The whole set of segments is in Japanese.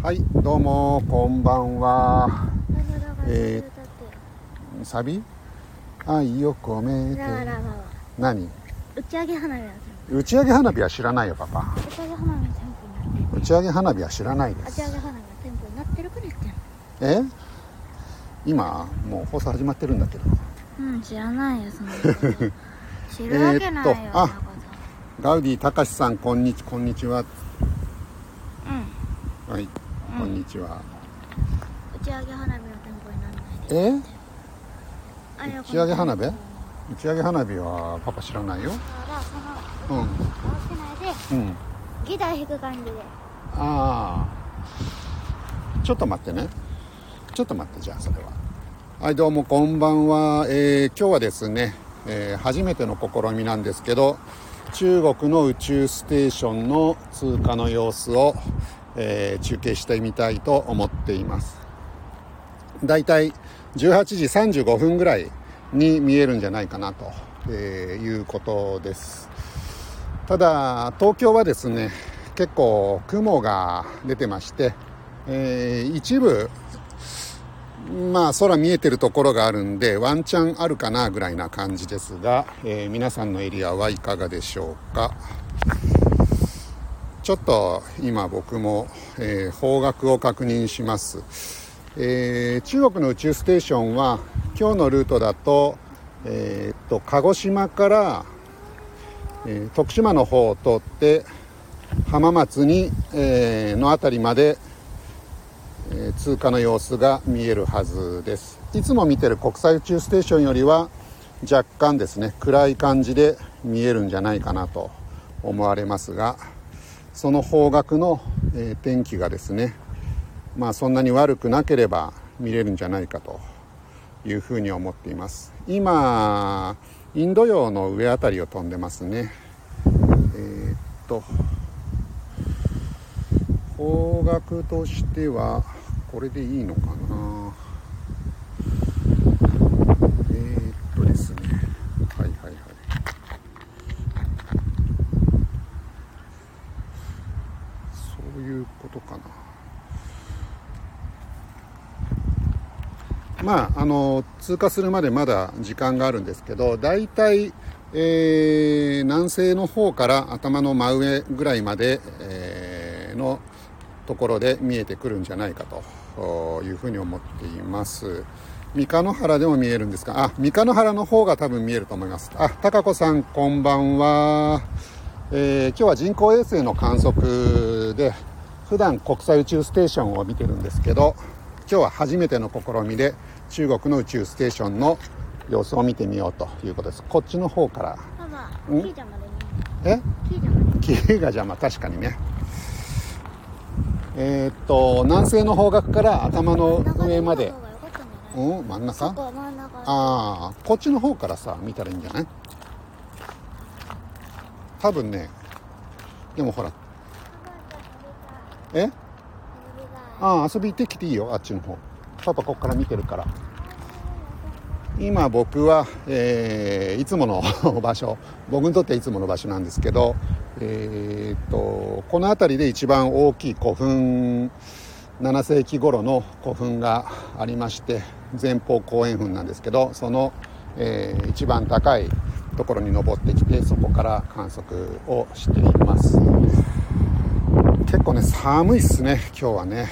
はい、どうもこんばんは。サビ愛を込めて何？ 打ち上げ花火。 打ち上げ花火は知らないよパパ。 打ち上げ花火の店舗になってる。 打ち上げ花火は知らないで打ちす。 上げ花火の店舗になってるから言ってんの。 今もう放送始まってるんだけど。 知らないよそんなこと知るわけないよ。 ガウディたかしさんこんにちは。はい、こんにちは。 打ち上げ花火の店舗にならないで。 打ち上げ花火？打ち上げ花火はパパ知らないよ。 だからその合わせないで、ギター弾く感じで。 ちょっと待ってね。ちょっと待って、じゃあそれは。はい、どうもこんばんは。今日はですね、初めての試みなんですけど、中国の宇宙ステーションの通過の様子を、中継してみたいと思っています。だいたい18時35分ぐらいに見えるんじゃないかなと、いうことです。ただ東京はですね、結構雲が出てまして、一部空見えてるところがあるんでワンチャンあるかなぐらいな感じですが、皆さんのエリアはいかがでしょうか。ちょっと今僕も、方角を確認します。中国の宇宙ステーションは今日のルートだと、鹿児島から、徳島の方を通って浜松に、のあたりまで、通過の様子が見えるはずです。いつも見てる国際宇宙ステーションよりは若干ですね、暗い感じで見えるんじゃないかなと思われますが、その方角の、天気がですね、そんなに悪くなければ見れるんじゃないかというふうに思っています。今インド洋の上あたりを飛んでますね。方角としてはこれでいいのかな。ですね、はい、そういうことかな。通過するまでまだ時間があるんですけど、だいたい南西の方から頭の真上ぐらいまで、のところで見えてくるんじゃないかというふうに思っています。三日野原でも見えるんですが、三日野原の方が多分見えると思います。高子さんこんばんは。今日は人工衛星の観測で普段国際宇宙ステーションを見てるんですけど、今日は初めての試みで中国の宇宙ステーションの様子を見てみようということです。こっちの方から木邪魔で木が邪魔、確かにね。南西の方角から頭の上まで、真ん中？こっちの方からさ見たらいいんじゃない？多分ね。でもほら、遊び行ってきていいよ、あっちの方。パパこっから見てるから。今僕は、いつもの場所、僕にとってはいつもの場所なんですけど、この辺りで一番大きい古墳、7世紀頃の古墳がありまして、前方後円墳なんですけど、その、一番高いところに登ってきて、そこから観測をしています。結構ね、寒いっすね今日はね。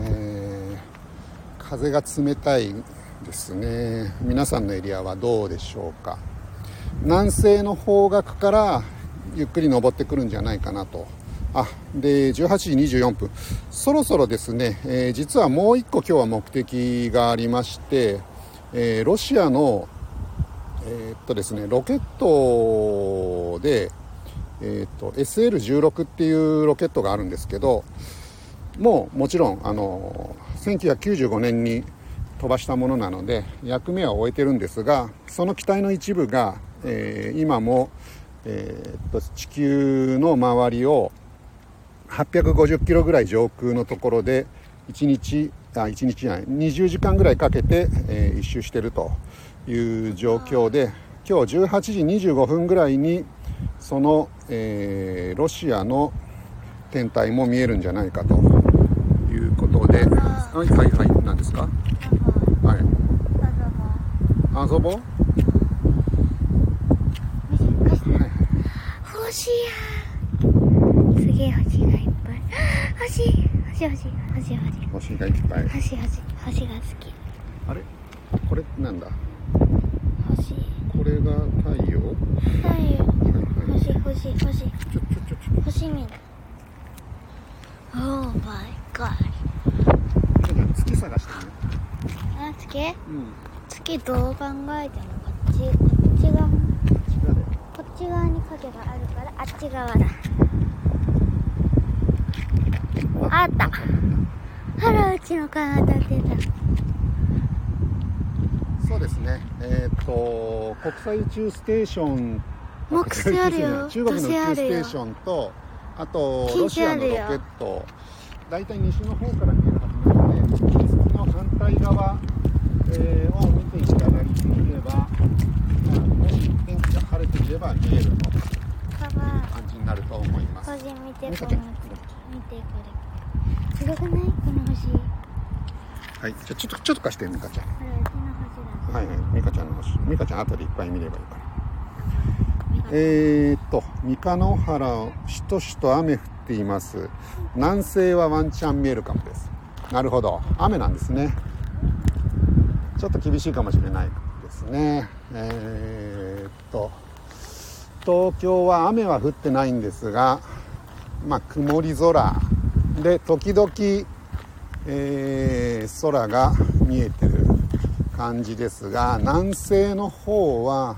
風が冷たいですね。皆さんのエリアはどうでしょうか。南西の方角からゆっくり登ってくるんじゃないかなと。で18時24分、そろそろですね、実はもう一個今日は目的がありまして、ロシアのですね、ロケットで、SL16 っていうロケットがあるんですけど、もちろん1995年に飛ばしたものなので役目は終えてるんですが、その機体の一部が、今も、地球の周りを850キロぐらい上空のところで20時間ぐらいかけて、一周しているという状況で、今日18時25分ぐらいにその、ロシアの天体も見えるんじゃないかということで、はいはいはい、何ですか？はい。遊ぼう。 星や。すげえ星がいっぱい。星がいっぱい。星が好き。 あれ？これなんだ？ 星。 これが太陽？ はいはい、星。星見る。Oh my god。 月探してみる。 あ、月？ うん。 月どう考えてもこっち側。こっち側に影があるからあっち側だ。あった。あら、うちのカナダ出た。 そうですね。国際宇宙ステーション、 木星あるよ。 中国の宇宙ステーションと、あとロシアのロケット、だいたい西の方から見えるはずなので、その反対側、を見ていただいていれば、もし天気が晴れていれば見えるという感じになると思います。 星見てこれ。すごくない？この星。 はい、じゃあちょっと貸してミカちゃん。 これうちの星だ。 はいはい、ミカちゃんの星。ミカちゃん後でいっぱい見ればいいから。三日野原しとしと雨降っています。南西はワンチャン見えるかもです。なるほど、雨なんですね。ちょっと厳しいかもしれないですね。東京は雨は降ってないんですが、曇り空で時々、空が見えてる感じですが、南西の方は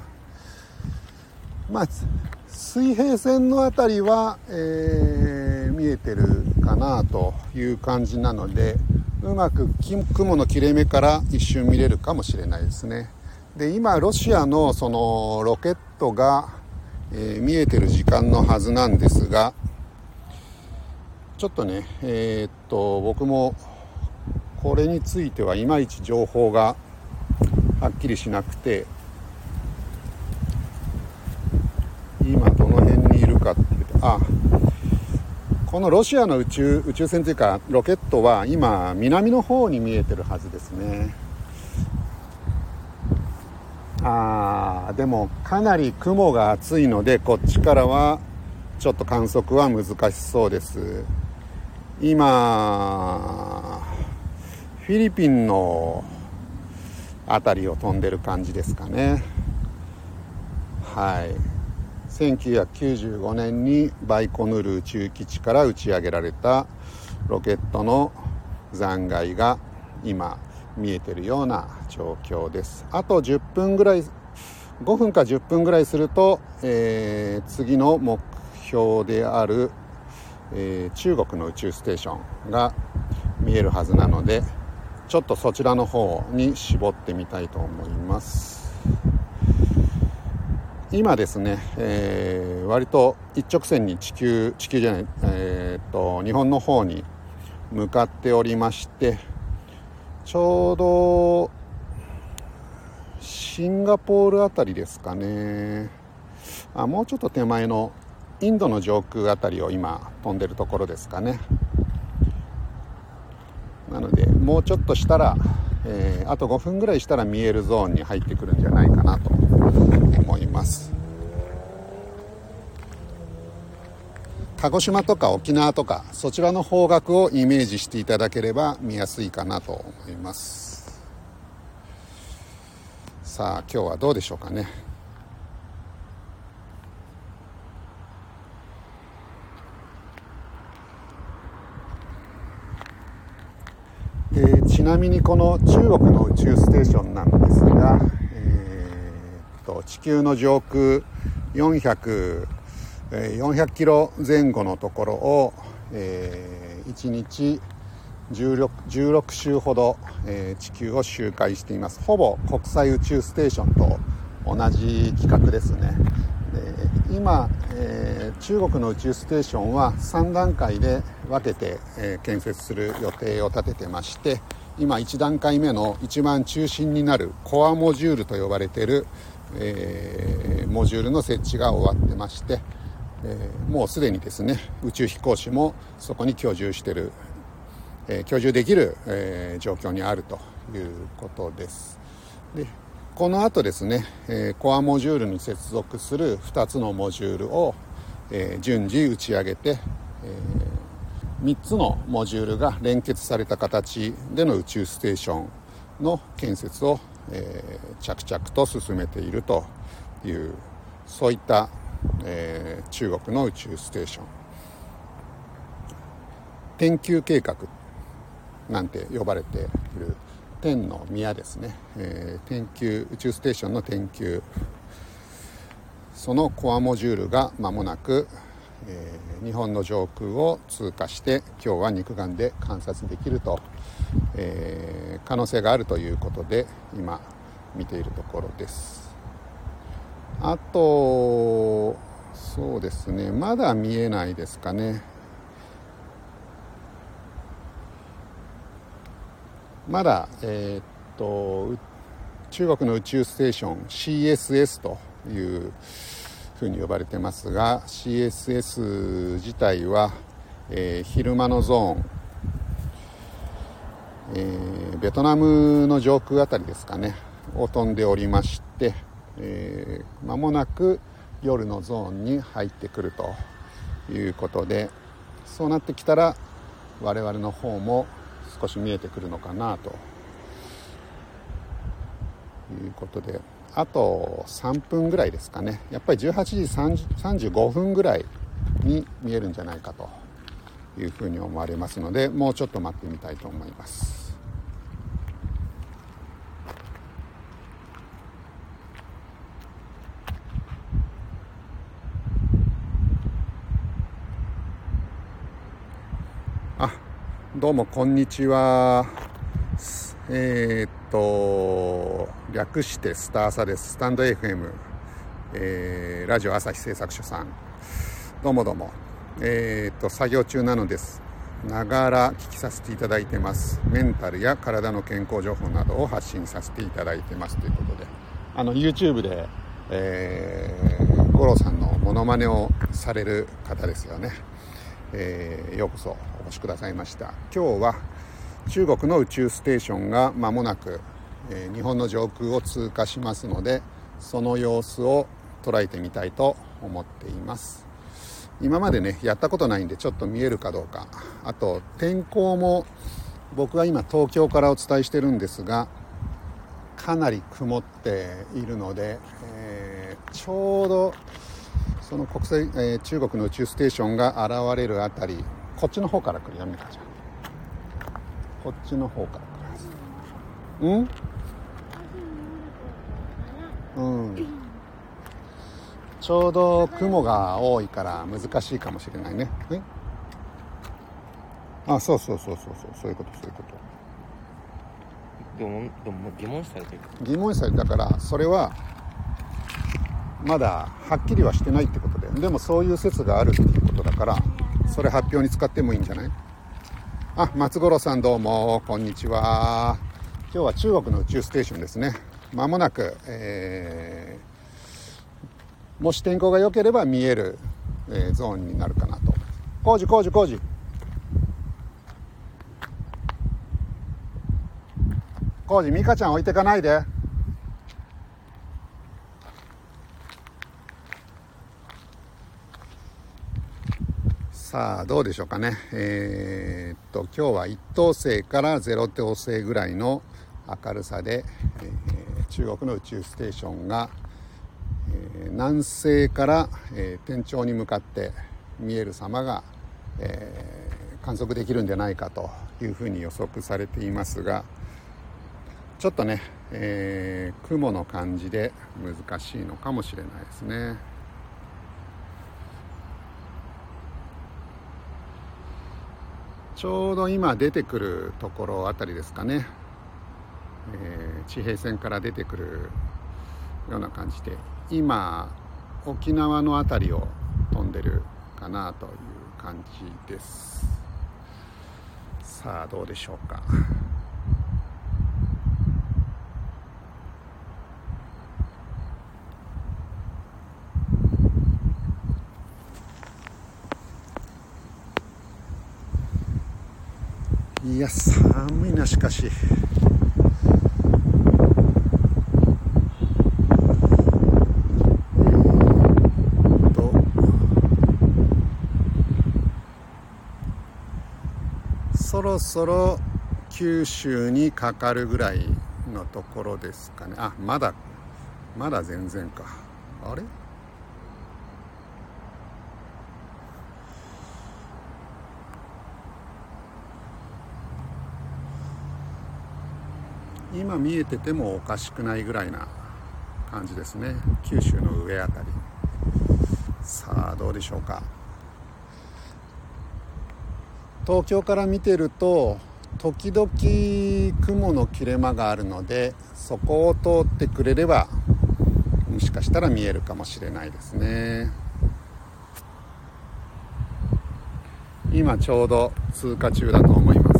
水平線のあたりは、見えてるかなという感じなので、うまく雲の切れ目から一瞬見れるかもしれないですね。で、今ロシアのそのロケットが、見えてる時間のはずなんですが、ちょっとね、僕もこれについてはいまいち情報がはっきりしなくて、今どの辺にいるかっていうと、このロシアの宇宙船というかロケットは今南の方に見えてるはずですね。でもかなり雲が厚いので、こっちからはちょっと観測は難しそうです。今フィリピンのあたりを飛んでる感じですかね。はい。1995年にバイコヌール宇宙基地から打ち上げられたロケットの残骸が今見えてるような状況です。あと10分ぐらい、5分か10分ぐらいすると、次の目標である、中国の宇宙ステーションが見えるはずなので、ちょっとそちらの方に絞ってみたいと思います。今ですね、割と一直線に地球じゃない、日本の方に向かっておりまして、ちょうどシンガポールあたりですかね。もうちょっと手前のインドの上空あたりを今飛んでるところですかね。なのでもうちょっとしたら、あと5分ぐらいしたら見えるゾーンに入ってくるんじゃないかなと思います。鹿児島とか沖縄とかそちらの方角をイメージしていただければ見やすいかなと思います。さあ今日はどうでしょうかね。ちなみにこの中国の宇宙ステーションなんですが、地球の上空400キロ前後のところを、1日16周ほど、地球を周回しています。ほぼ国際宇宙ステーションと同じ規格ですね。今、中国の宇宙ステーションは3段階で分けて、建設する予定を立ててまして、今1段階目の一番中心になるコアモジュールと呼ばれている、モジュールの設置が終わってまして、もうすでにですね宇宙飛行士もそこに居住している、 居住できる、状況にあるということです。でこの後ですね、コアモジュールに接続する2つのモジュールを、順次打ち上げて、3つのモジュールが連結された形での宇宙ステーションの建設を、着々と進めているという、そういった、中国の宇宙ステーション、天宮計画なんて呼ばれている天の宮ですね、天宮宇宙ステーションの天宮、そのコアモジュールが間もなく、日本の上空を通過して今日は肉眼で観察できると、可能性があるということで今見ているところです。あとそうですね、まだ見えないですかね。まだ、中国の宇宙ステーション CSS というふうに呼ばれてますが、 CSS 自体は、昼間のゾーン、ベトナムの上空あたりですかねを飛んでおりまして、間もなく夜のゾーンに入ってくるということで、そうなってきたら我々の方も少し見えてくるのかなということで、あと3分ぐらいですかね。やっぱり18時35分ぐらいに見えるんじゃないかというふうに思われますので、もうちょっと待ってみたいと思います。どうもこんにちは。略してスターサです。スタンド FM、ラジオ朝日製作所さん、どうもどうも。作業中なのですながら聞きさせていただいてます。メンタルや体の健康情報などを発信させていただいてますということで、YouTube で、五郎さんのモノマネをされる方ですよね。ようこそお越しくださいました。今日は中国の宇宙ステーションが間もなく、日本の上空を通過しますので、その様子を捉えてみたいと思っています。今までねやったことないんでちょっと見えるかどうか、あと天候も僕は今東京からお伝えしてるんですが、かなり曇っているので、ちょうどその中国の宇宙ステーションが現れるあたり、こっちの方から来るよみかちゃん、こっちの方から来るはず。ちょうど雲が多いから難しいかもしれないね。そういうことそういうこと。 でも疑問視されてる。 疑問視されたから、それはまだはっきりはしてないってことで、でもそういう説があるっていうことだから、それ発表に使ってもいいんじゃない？松五郎さんどうもこんにちは。今日は中国の宇宙ステーションですね。間もなく、もし天候が良ければ見える、ゾーンになるかなと。工事美香ちゃん置いてかないで。さあどうでしょうかね。今日は1等星から0等星ぐらいの明るさで、中国の宇宙ステーションが、南西から、天頂に向かって見える様が、観測できるんじゃないかというふうに予測されていますが、ちょっとね、雲の感じで難しいのかもしれないですね。ちょうど今出てくるところあたりですかね、地平線から出てくるような感じで、今沖縄のあたりを飛んでるかなという感じです。さあどうでしょうか。 いや寒いな。しかしそろそろ九州にかかるぐらいのところですかね。あ、まだ全然か。あれ、今見えててもおかしくないぐらいな感じですね。九州の上あたり。さあどうでしょうか。東京から見てると時々雲の切れ間があるので、そこを通ってくれればもしかしたら見えるかもしれないですね。今ちょうど通過中だと思います。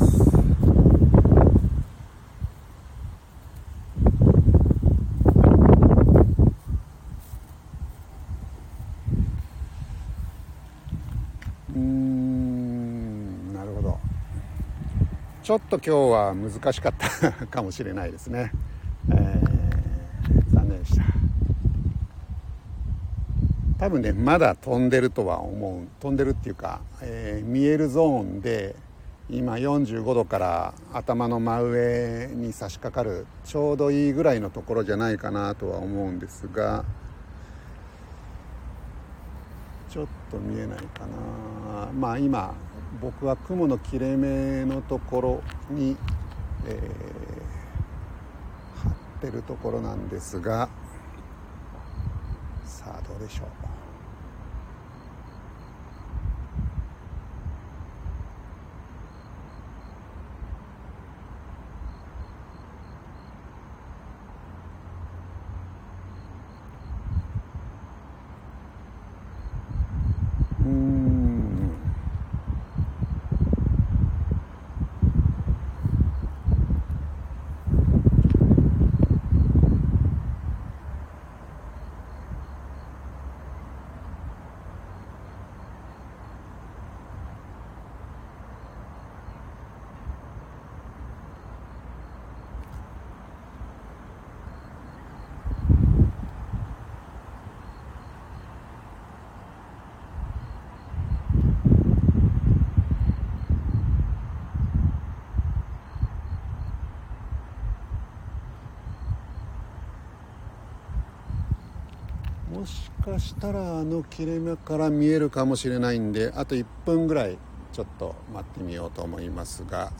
なるほど。ちょっと今日は難しかったかもしれないですね。残念でした。多分ね、まだ飛んでるとは思う。飛んでるっていうか、見えるゾーンで今45度から頭の真上に差し掛かるちょうどいいぐらいのところじゃないかなとは思うんですが、ちょっと見えないかな。まあ今僕は雲の切れ目のところに、張ってるところなんですが、さあどうでしょう。もしかしたらあの切れ目から見えるかもしれないんで、あと1分ぐらいちょっと待ってみようと思いますが、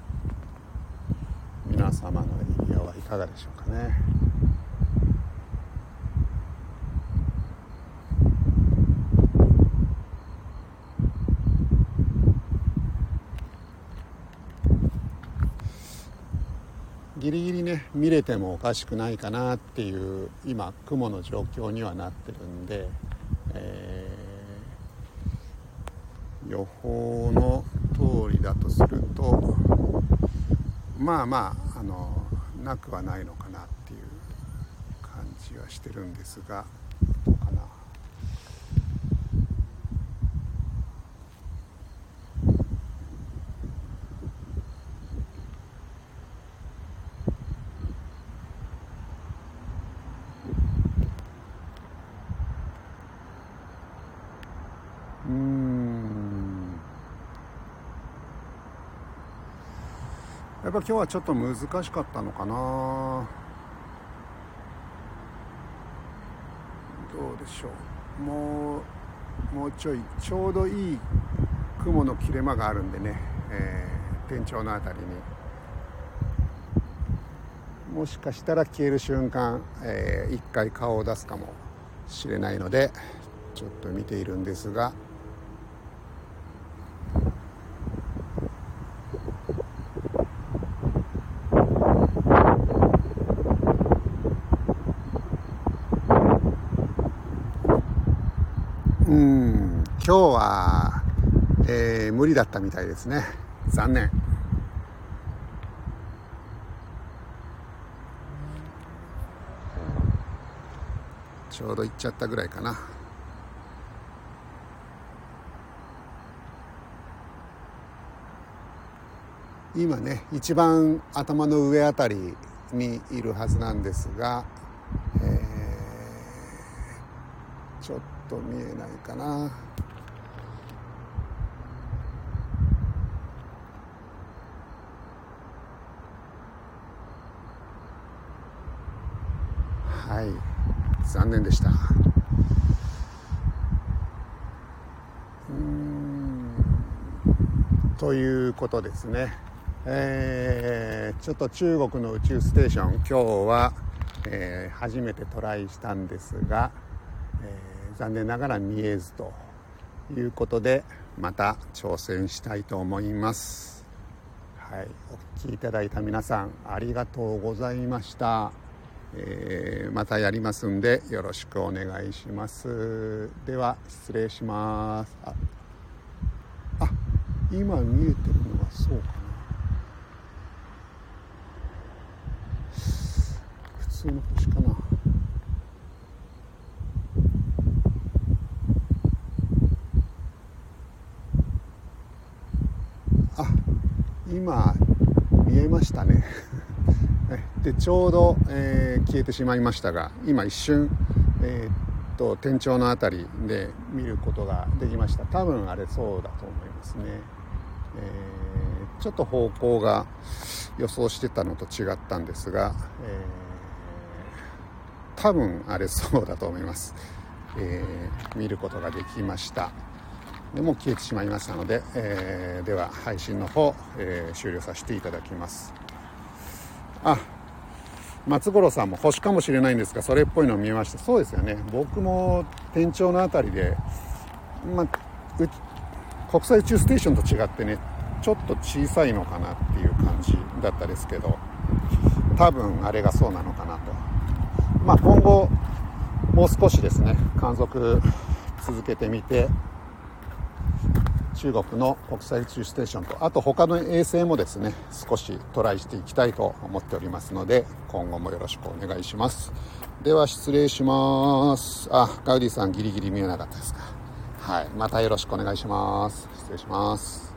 皆様のエリアはいかがでしょうかね。ギリギリね見れてもおかしくないかなっていう今雲の状況にはなってるんで、予報の通りだとするとまあなくはないのかなっていう感じはしてるんですが、どうかな。やっぱ今日はちょっと難しかったのかな。どうでしょう。もうちょうどいい雲の切れ間があるんでね、天頂のあたりにもしかしたら消える瞬間、一回顔を出すかもしれないのでちょっと見ているんですが、今日は、無理だったみたいですね。残念。ちょうど行っちゃったぐらいかな。 今ね一番頭の上あたりにいるはずなんですが、ちょっと見えないかな。はい、残念でした。ということですね。ちょっと中国の宇宙ステーション今日は、初めてトライしたんですが、残念ながら見えずということで、また挑戦したいと思います。はい、お聞きいただいた皆さんありがとうございました。またやりますんでよろしくお願いします。では失礼します。今見えてるのはそうかな。普通の星かな。今見えましたね。でちょうど、消えてしまいましたが、今一瞬、天頂のあたりで見ることができました。多分あれそうだと思いますね。ちょっと方向が予想してたのと違ったんですが、多分あれそうだと思います。見ることができました。でも消えてしまいましたので、では配信の方、終了させていただきます。松五郎さんも星かもしれないんですが、それっぽいの見えました。そうですよね。僕も天頂のあたりで、国際宇宙ステーションと違ってね、ちょっと小さいのかなっていう感じだったですけど、多分あれがそうなのかなと。今後もう少しですね、観測続けてみて、中国の国際宇宙ステーションと、あと他の衛星もですね、少しトライしていきたいと思っておりますので、今後もよろしくお願いします。では失礼します。ガウディさんギリギリ見えなかったですか。はい、またよろしくお願いします。失礼します。